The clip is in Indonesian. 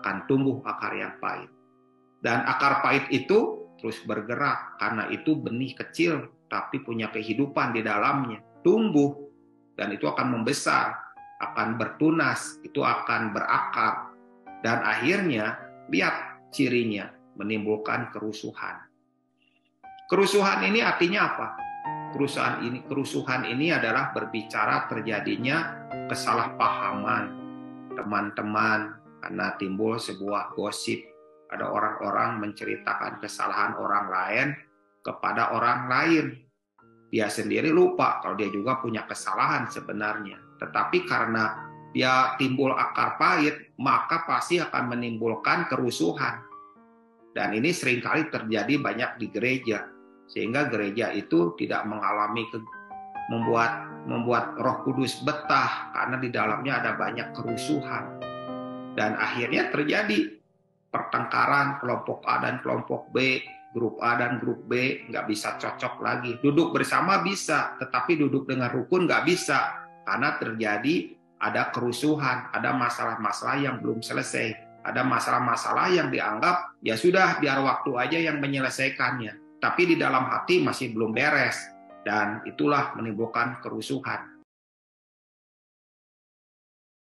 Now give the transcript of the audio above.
akan tumbuh akar yang pahit. Dan akar pahit itu terus bergerak, karena itu benih kecil tapi punya kehidupan di dalamnya, tumbuh, dan itu akan membesar, akan bertunas, itu akan berakar, dan akhirnya lihat cirinya, menimbulkan kerusuhan. Kerusuhan ini artinya apa? Kerusuhan ini adalah berbicara terjadinya kesalahpahaman teman-teman, karena timbul sebuah gosip. Ada orang-orang menceritakan kesalahan orang lain kepada orang lain. Dia sendiri lupa kalau dia juga punya kesalahan sebenarnya. Tetapi karena dia timbul akar pahit, maka pasti akan menimbulkan kerusuhan. Dan ini seringkali terjadi banyak di gereja. Sehingga gereja itu tidak mengalami membuat Roh Kudus betah, karena di dalamnya ada banyak kerusuhan. Dan akhirnya terjadi pertengkaran kelompok A dan kelompok B, grup A dan grup B nggak bisa cocok lagi. Duduk bersama bisa, tetapi duduk dengan rukun nggak bisa, karena terjadi ada kerusuhan, ada masalah-masalah yang belum selesai, ada masalah-masalah yang dianggap ya sudah biar waktu aja yang menyelesaikannya, tapi di dalam hati masih belum beres, dan itulah menimbulkan kerusuhan.